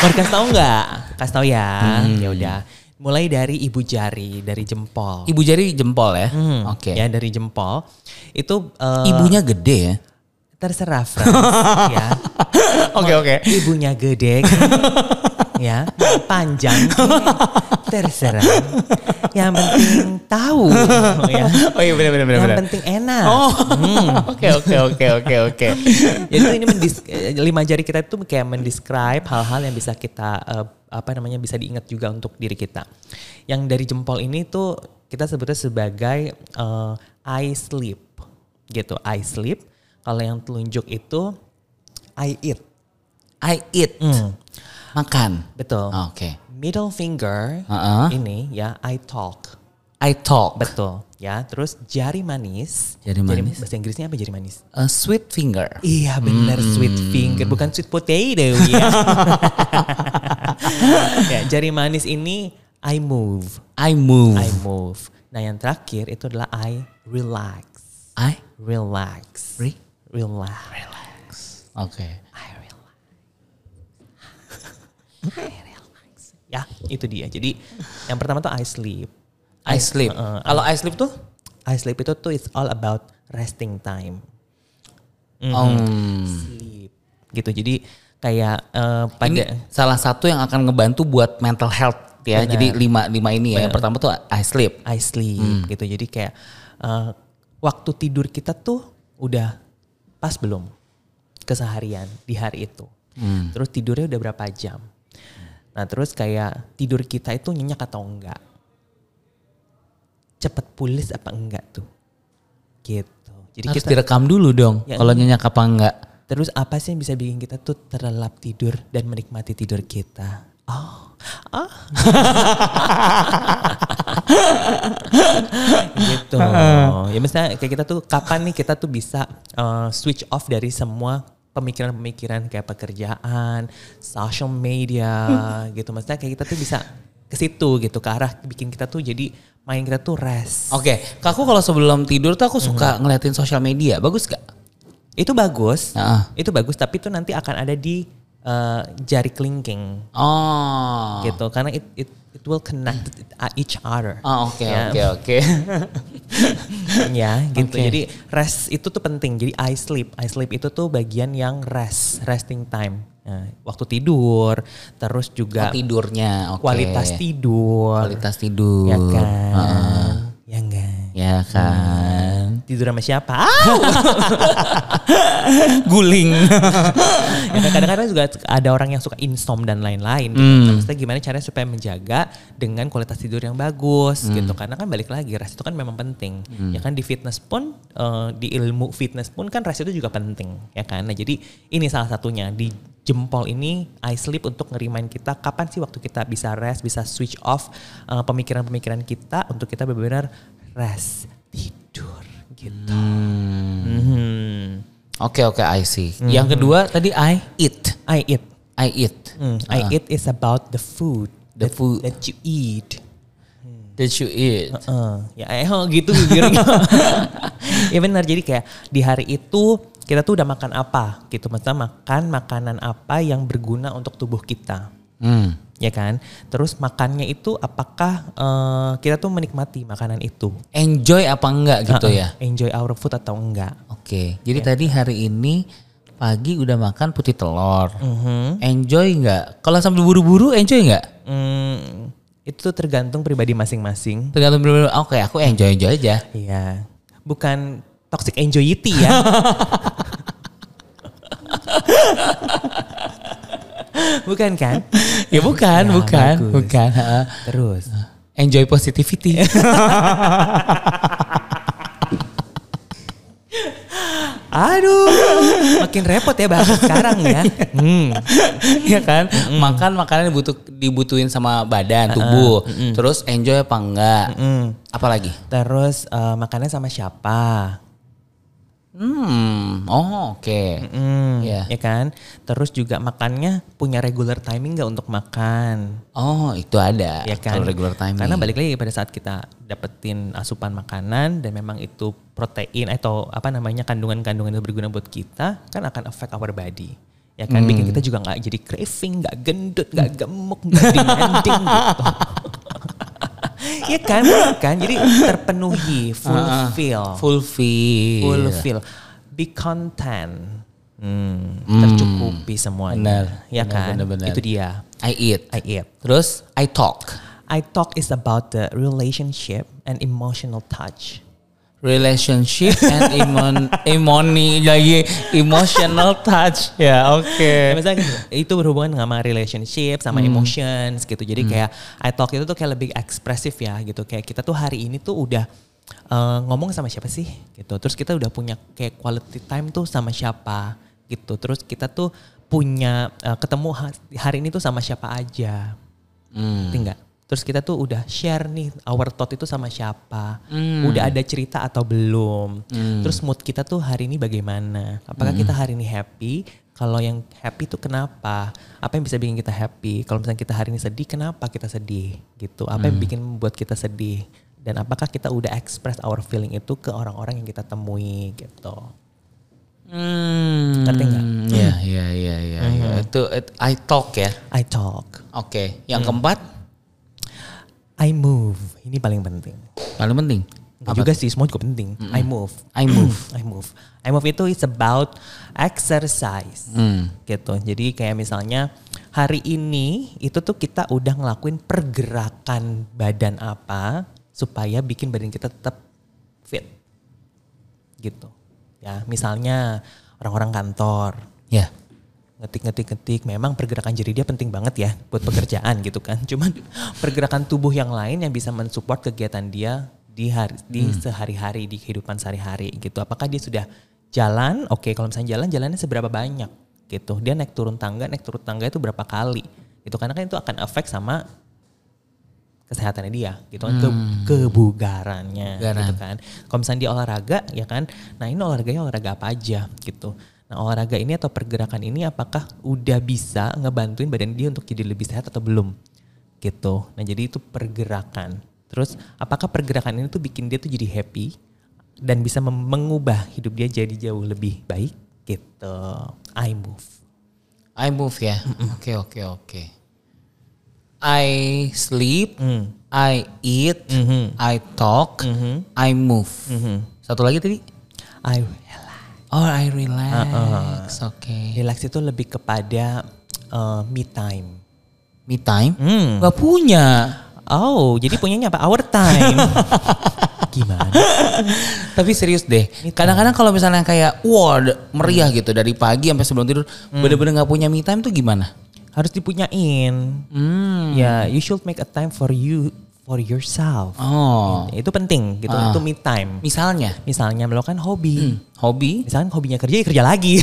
Mau dikasih tahu nggak? Kasih tahu ya. Ya udah. Mulai dari ibu jari, dari jempol. Ibu jari jempol ya? Oke. Ya dari jempol. Itu Ibunya gede ya? terserah Frans ya. Oke. Ibunya gede ya, panjang terserah. Yang penting tahu ya. Oh iya benar. Yang penting enak. Oh. Oke. Jadi ini 5 jari kita itu kayak mendescribe hal-hal yang bisa kita bisa diingat juga untuk diri kita. Yang dari jempol ini tuh kita sebutnya sebagai I sleep gitu. I sleep. Kalau yang telunjuk itu I eat. Makan. Betul. Oke. Middle finger ini ya I talk. Betul ya. Terus jari manis. Bahasa Inggrisnya apa jari manis? Sweet finger. Iya benar sweet finger, bukan sweet potato ya. Ya, jari manis ini I move. Nah yang terakhir itu adalah I relax. Oke. I relax. Ya itu dia. Jadi yang pertama tuh I sleep. Kalau I sleep tuh? I sleep itu tuh it's all about resting time. Sleep gitu. Jadi kayak pada ini salah satu yang akan ngebantu buat mental health ya. Benar. Jadi lima ini ya. Yang pertama tuh I sleep gitu. Jadi kayak waktu tidur kita tuh udah pas belum keseharian di hari itu. Terus tidurnya udah berapa jam. Nah terus kayak tidur kita itu nyenyak atau enggak. Cepet pulih apa enggak tuh. Gitu. Jadi harus kita direkam dulu dong ya, kalau nyenyak apa enggak. Terus apa sih yang bisa bikin kita tuh terlelap tidur dan menikmati tidur kita? Gitu. Ya misalnya kayak kita tuh kapan nih kita tuh bisa switch off dari semua pemikiran-pemikiran kayak pekerjaan, social media gitu. Maksudnya kayak kita tuh bisa ke situ gitu, ke arah bikin kita tuh jadi main kita tuh rest. Oke, aku kalau sebelum tidur tuh aku suka ngeliatin sosial media. Bagus gak? Itu bagus. Itu bagus tapi itu nanti akan ada di jari kelingking. Gitu karena it will connect each other. Oke. Ya gitu. Jadi rest itu tuh penting. Jadi I sleep itu tuh bagian yang resting time. Nah, waktu tidur, terus juga tidurnya, kualitas tidur. Ya kan? Ya kan. Tidur sama siapa? Guling. Ya, kadang-kadang juga ada orang yang suka insom dan lain-lain. Gitu. Nah, maksudnya gimana caranya supaya menjaga dengan kualitas tidur yang bagus gitu. Karena kan balik lagi rest itu kan memang penting. Ya kan di fitness pun, di ilmu fitness pun kan rest itu juga penting. Ya kan. Nah jadi ini salah satunya di jempol ini I sleep untuk ngerimain kita kapan sih waktu kita bisa rest, bisa switch off pemikiran-pemikiran kita untuk kita benar-benar rest, tidur gitu. Oke, I see. Yang kedua tadi I eat. I eat is about the food that you eat. Ya gitu bibirnya. Ya benar, jadi kayak di hari itu kita tuh udah makan apa gitu. Maksudnya makan makanan apa yang berguna untuk tubuh kita. Ya kan. Terus makannya itu apakah kita tuh menikmati makanan itu. Enjoy apa enggak gitu ya. Enjoy our food atau enggak. Oke. Jadi tadi hari ini pagi udah makan putih telur. Enjoy enggak? Kalau sambil buru-buru enjoy enggak? Itu tergantung pribadi masing-masing. Tergantung pribadi. Oke, aku enjoy aja. Iya. Bukan toxic anxiety ya. Bukan kan? Ya bukan. Terus enjoy positivity. Aduh, makin repot ya bahasa sekarang ya. Iya kan? Makan makanan dibutuhin sama badan, tubuh. Terus enjoy apa enggak? Apalagi? Terus makannya sama siapa? Oke. Ya kan. Terus juga makannya punya regular timing nggak untuk makan? Oh itu ada. Ya kan. Kalau regular timing. Karena balik lagi pada saat kita dapetin asupan makanan dan memang itu protein atau kandungan-kandungan yang berguna buat kita kan akan affect our body. Ya kan bikin kita juga nggak jadi craving, nggak gendut, nggak gemuk, nggak demanding gitu. Iya kan, bener kan? Jadi terpenuhi, fulfill, be content, tercukupi semuanya. Benar, ya kan? benar. Itu dia. I eat. Terus I talk. I talk is about the relationship and emotional touch. Relationship and emotional touch. Ya, oke. Ya, misalnya itu berhubungan sama relationship, sama emotions gitu. Jadi kayak I talk itu tuh kayak lebih ekspresif ya gitu. Kayak kita tuh hari ini tuh udah ngomong sama siapa sih gitu. Terus kita udah punya kayak quality time tuh sama siapa gitu. Terus kita tuh punya ketemu hari ini tuh sama siapa aja. Tinggal. Terus kita tuh udah share nih our thought itu sama siapa. Udah ada cerita atau belum. Terus mood kita tuh hari ini bagaimana. Apakah kita hari ini happy. Kalau yang happy tuh kenapa. Apa yang bisa bikin kita happy. Kalau misalnya kita hari ini sedih kenapa kita sedih gitu. Apa yang bikin membuat kita sedih. Dan apakah kita udah express our feeling itu ke orang-orang yang kita temui gitu. Ngerti gak? Iya. Itu I talk ya. I talk. Oke. Yang keempat? I move. Ini paling penting. Paling penting? Apa juga sih, semua juga penting. I move. I move. I move. I move itu it's about exercise. Gitu. Jadi kayak misalnya hari ini itu tuh kita udah ngelakuin pergerakan badan apa supaya bikin badan kita tetap fit. Gitu. Ya, misalnya orang-orang kantor. Ya. Ngetik. Memang pergerakan jari dia penting banget ya buat pekerjaan gitu kan. Cuman pergerakan tubuh yang lain yang bisa mensupport kegiatan dia di sehari-hari, di kehidupan sehari-hari gitu. Apakah dia sudah jalan? Oke, kalau misalnya jalannya seberapa banyak gitu. Dia naik turun tangga itu berapa kali gitu. Karena kan itu akan efek sama kesehatannya dia gitu kan, kebugarannya gitu kan. Kalau misalnya dia olahraga ya kan, nah ini olahraganya olahraga apa aja gitu. Nah olahraga ini atau pergerakan ini apakah udah bisa ngebantuin badan dia untuk jadi lebih sehat atau belum gitu. Nah jadi itu pergerakan. Terus apakah pergerakan ini tuh bikin dia tuh jadi happy dan bisa mengubah hidup dia jadi jauh lebih baik gitu. I move ya. Oke. I sleep, I eat, I talk, I move. Satu lagi tadi? I relax. Oke. Relax itu lebih kepada me time. Me time? Gak punya. Oh, jadi punyanya apa? Our time. Gimana? Tapi serius deh. Kadang-kadang kalau misalnya kayak meriah gitu dari pagi sampai sebelum tidur, bener-bener gak punya me time tuh gimana? Harus dipunyain. Ya, you should make a time for yourself. Oh. Itu penting gitu. Itu me time. Misalnya melakukan hobi. Hobi? Misalnya hobinya kerja, ya kerja lagi.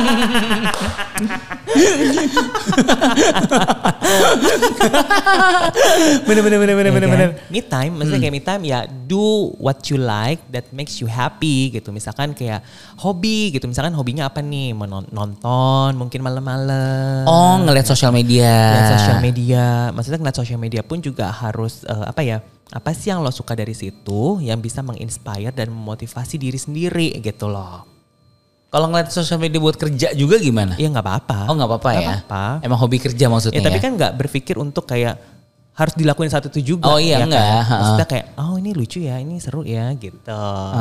Bener. Me time, maksudnya kayak me time ya do what you like that makes you happy gitu. Misalkan kayak hobi gitu. Misalkan hobinya apa nih? Nonton mungkin malam-malam. Oh, ngeliat sosial media. Maksudnya ngeliat sosial media pun juga harus apa sih yang lo suka dari situ yang bisa menginspire dan memotivasi diri sendiri gitu loh. Kalau ngeliat sosial media buat kerja juga gimana? Iya gak apa-apa. Oh gak apa-apa ya? Apa-apa. Emang hobi kerja maksudnya ya? Tapi kan gak berpikir untuk kayak harus dilakuin satu itu juga. Oh iya ya enggak. Kan? Maksudnya kayak ini lucu ya, ini seru ya gitu.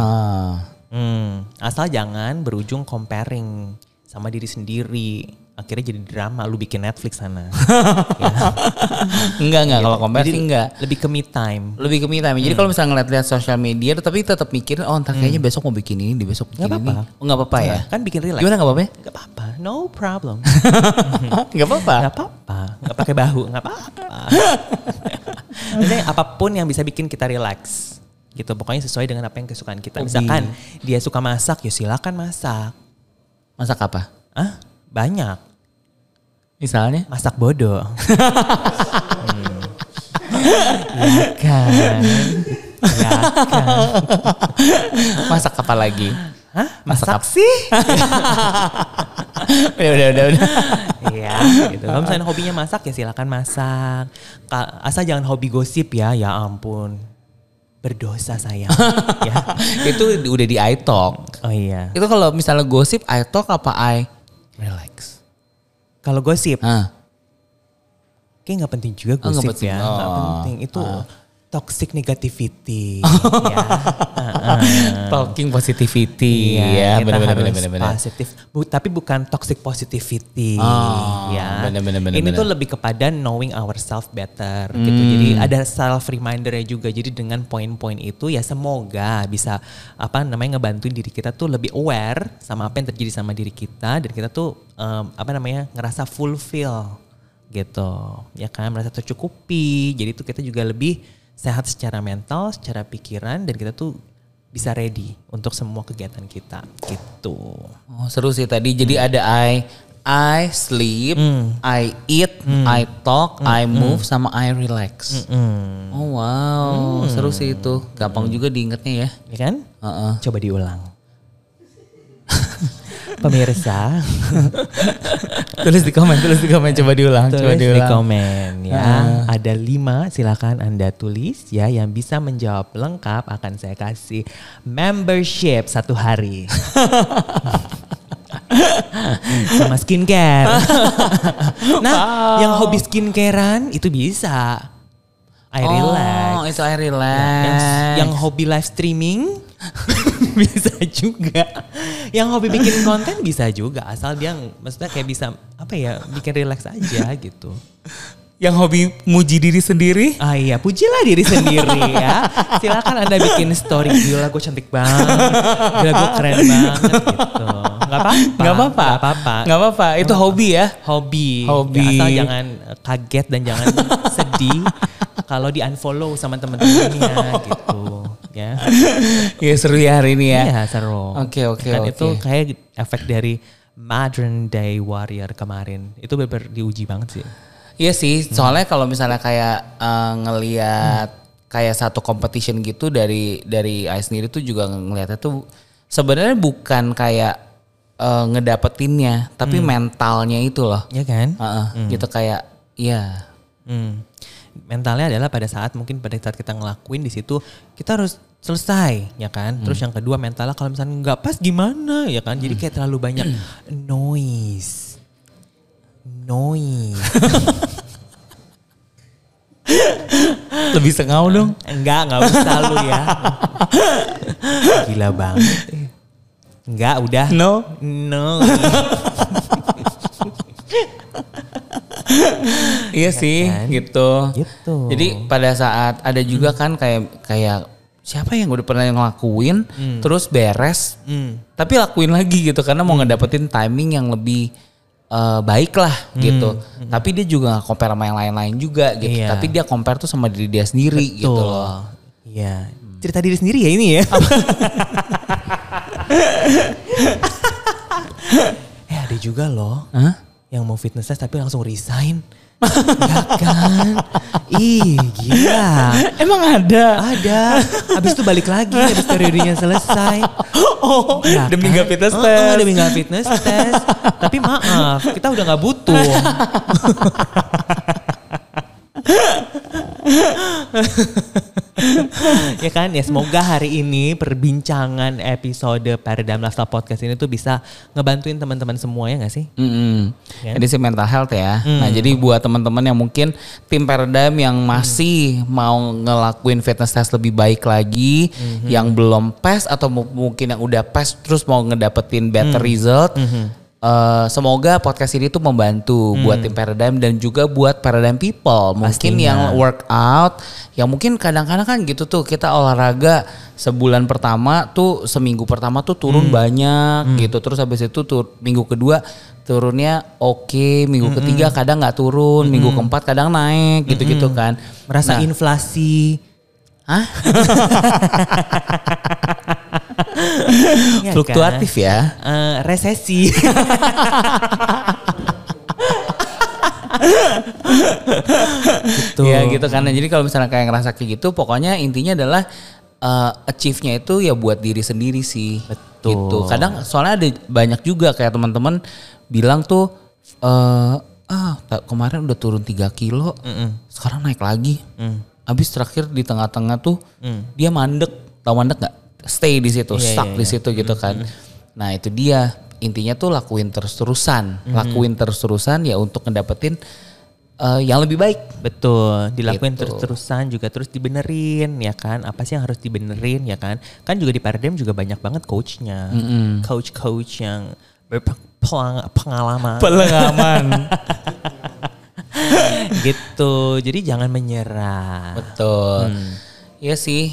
Asal jangan berujung comparing sama diri sendiri. Akhirnya jadi drama, lu bikin Netflix sana. Ya. Enggak kalau compare sih enggak. Lebih ke me time. Jadi kalau misalnya ngeliat sosial media tapi tetap mikir ntar kayaknya besok mau bikin ini, besok bikin ini. Oh enggak apa-apa ya? Kan bikin relax. Gimana enggak apa-apa? Enggak apa-apa, no problem. Enggak apa-apa? Enggak apa-apa, enggak pakai bahu, enggak apa-apa. Jadi apapun yang bisa bikin kita relax. Gitu, pokoknya sesuai dengan apa yang kesukaan kita. Misalkan dia suka masak, ya silakan masak. Masak apa? Banyak. Misalnya? Masak bodoh. Ya kan. Masak apa lagi? Masak sih? Udah. Iya gitu. Kalau misalnya hobinya masak ya silakan masak. Asal jangan hobi gosip ya ampun. Berdosa saya. Ya. Itu udah di I talk. Oh iya. Itu kalau misalnya gosip I talk apa I relax? Kalau gosip, Hah? kayak nggak penting juga Oh, nggak gosip penting. ya, nggak Oh. penting. Itu toxic negativity. ya. Talking positivity Iya, ya, kita benar-benar. harus positif. Tapi bukan toxic positivity. Oh, ya. benar-benar. Ini tuh lebih kepada knowing ourselves better gitu. Jadi ada self remindernya juga. Jadi dengan poin-poin itu ya semoga bisa ngebantuin diri kita tuh lebih aware sama apa yang terjadi sama diri kita dan kita tuh ngerasa fulfill gitu. Ya kan, merasa tercukupi. Jadi tuh kita juga lebih sehat secara mental, secara pikiran dan kita tuh bisa ready untuk semua kegiatan kita gitu. Oh, seru sih tadi. Jadi ada I sleep, I eat, I talk, I move, sama I relax. Oh wow, seru sih itu. Gampang juga diingetnya ya. Ya kan? Heeh. Coba diulang. Pemirsa, Tulis di komen, coba diulang, tulis di komen ya. Ada 5, silakan Anda tulis ya. Yang bisa menjawab lengkap akan saya kasih membership 1 hari. Sama skincare. Nah, yang hobi skincarean itu bisa. I relax. Oh, itu I relax. Yang hobi live streaming bisa juga. Yang hobi bikin konten bisa juga. Asal dia maksudnya kayak bisa bikin relax aja gitu. Yang hobi muji diri sendiri? Ah iya, pujilah diri sendiri ya. Silakan Anda bikin story, gila gue cantik banget. Gila gue keren banget gitu. Gak apa-apa. Itu hobi ya? Hobi. Hobi. Ya, asal jangan kaget dan jangan sedih kalau di unfollow sama teman-temannya gitu ya. Iya seru ya hari ini ya. Iya seru. Oke. Kan itu kayak efek dari Modern Day Warrior kemarin. Itu benar diuji banget sih. Iya sih, soalnya kalau misalnya kayak ngelihat kayak satu competition gitu dari I sendiri tuh juga ngelihatnya tuh sebenarnya bukan kayak ngedapetinnya, tapi mentalnya itu loh. Iya kan? Gitu kayak iya. Mentalnya adalah pada saat kita ngelakuin di situ kita harus selesai ya kan. Terus yang kedua mentalnya kalau misalnya nggak pas gimana ya kan. Jadi kayak terlalu banyak noise. Lebih sengau dong. Enggak usah lu ya. Gila banget. Enggak, udah. No. Iya sih, kan? gitu. Jadi pada saat ada juga kan kayak siapa yang udah pernah ngelakuin terus beres, tapi lakuin lagi gitu karena mau ngedapetin timing yang lebih baik lah gitu. Tapi dia juga gak compare sama yang lain-lain juga gitu. Iya. Tapi dia compare tuh sama diri dia sendiri gitu loh. Iya. Cerita diri sendiri ya ini ya. Ada juga loh yang mau fitness test tapi langsung resign. Ya kan? Ih gila. Emang ada? Ada. Habis itu balik lagi habis periodenya selesai. Ya demi kan? gak fitness test. Demi gak fitness test. Tapi maaf, kita udah gak butuh. Ya kan, ya semoga hari ini perbincangan episode Paradigm Lifestyle Podcast ini tuh bisa ngebantuin teman-teman semua ya gak sih? Ya. Jadi sih mental health ya. Nah jadi buat teman-teman yang mungkin tim Paradigm yang masih mau ngelakuin fitness test lebih baik lagi, yang belum pass atau mungkin yang udah pass terus mau ngedapetin better result. Semoga podcast ini tuh membantu buat tim Paradigm dan juga buat Paradigm People. Mungkin yang workout, yang mungkin kadang-kadang kan gitu tuh kita olahraga sebulan pertama tuh seminggu pertama tuh turun banyak gitu. Terus habis itu minggu kedua turunnya oke, minggu ketiga kadang nggak turun, minggu keempat kadang naik gitu-gitu kan. Merasa inflasi. Hah? Ya Fluktuatif kan? ya. Resesi. Gitu. Ya gitu kan. Jadi kalau misalnya kayak ngerasa kayak gitu, pokoknya intinya adalah achieve-nya itu ya buat diri sendiri sih. Betul. Gitu. Kadang soalnya ada banyak juga kayak teman-teman bilang tuh kemarin udah turun 3 kilo, sekarang naik lagi. Abis terakhir di tengah-tengah tuh dia mandek, tahu mandek nggak? Stay di situ, stuck di situ gitu kan. Nah itu dia, intinya tuh lakuin terus-terusan. Lakuin terus-terusan ya untuk ngedapetin yang lebih baik. Betul, dilakuin Gitu. terus-terusan juga terus dibenerin ya kan. Apa sih yang harus dibenerin ya kan. Kan juga di Paradigm juga banyak banget coachnya. Coach-coach yang berpengalaman. Gitu, jadi jangan menyerah. Betul. Iya sih.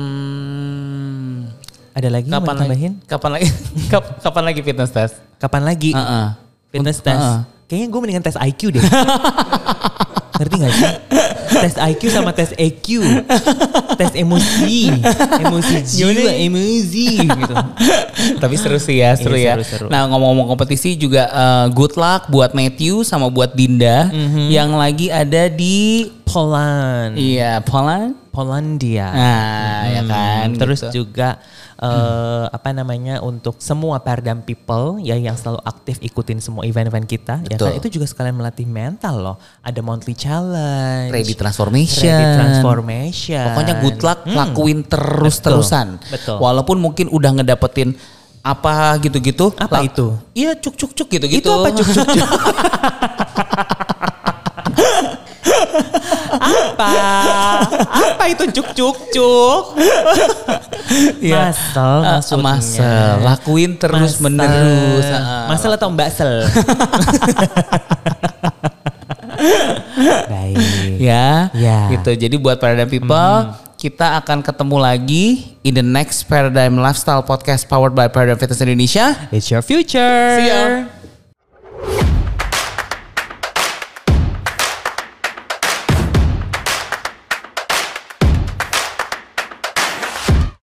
Ada lagi yang mau tambahin? Kapan lagi fitness test? Kapan lagi? Fitness test. Kayaknya gue mendingan tes IQ deh. Ngerti gak sih? Tes IQ sama tes EQ. Tes emosi. Emosi jiwa, emosi gitu. Tapi seru sih ya, seru ya. Seru. Nah ngomong-ngomong kompetisi juga good luck buat Matthew sama buat Dinda yang lagi ada di Poland. Iya, Polandia. Nah, ya kan. Terus gitu. juga untuk semua Paradigm people ya yang selalu aktif ikutin semua event-event kita ya kan, itu juga sekalian melatih mental loh. Ada monthly challenge, ready transformation. Pokoknya good luck, lakuin terus-terusan. Betul. Walaupun mungkin udah ngedapetin apa gitu-gitu. Apa itu? Iya, cuk-cuk gitu-gitu. Itu apa cuk-cuk? Apa itu cuk-cuk? Ya. Masel, lakuin terus menerus. Masel atau mbasel? Baik. Ya, Ya. gitu. Jadi buat Paradigm people, kita akan ketemu lagi in the next Paradigm Lifestyle Podcast powered by Paradigm Fitness Indonesia. It's your future. See ya.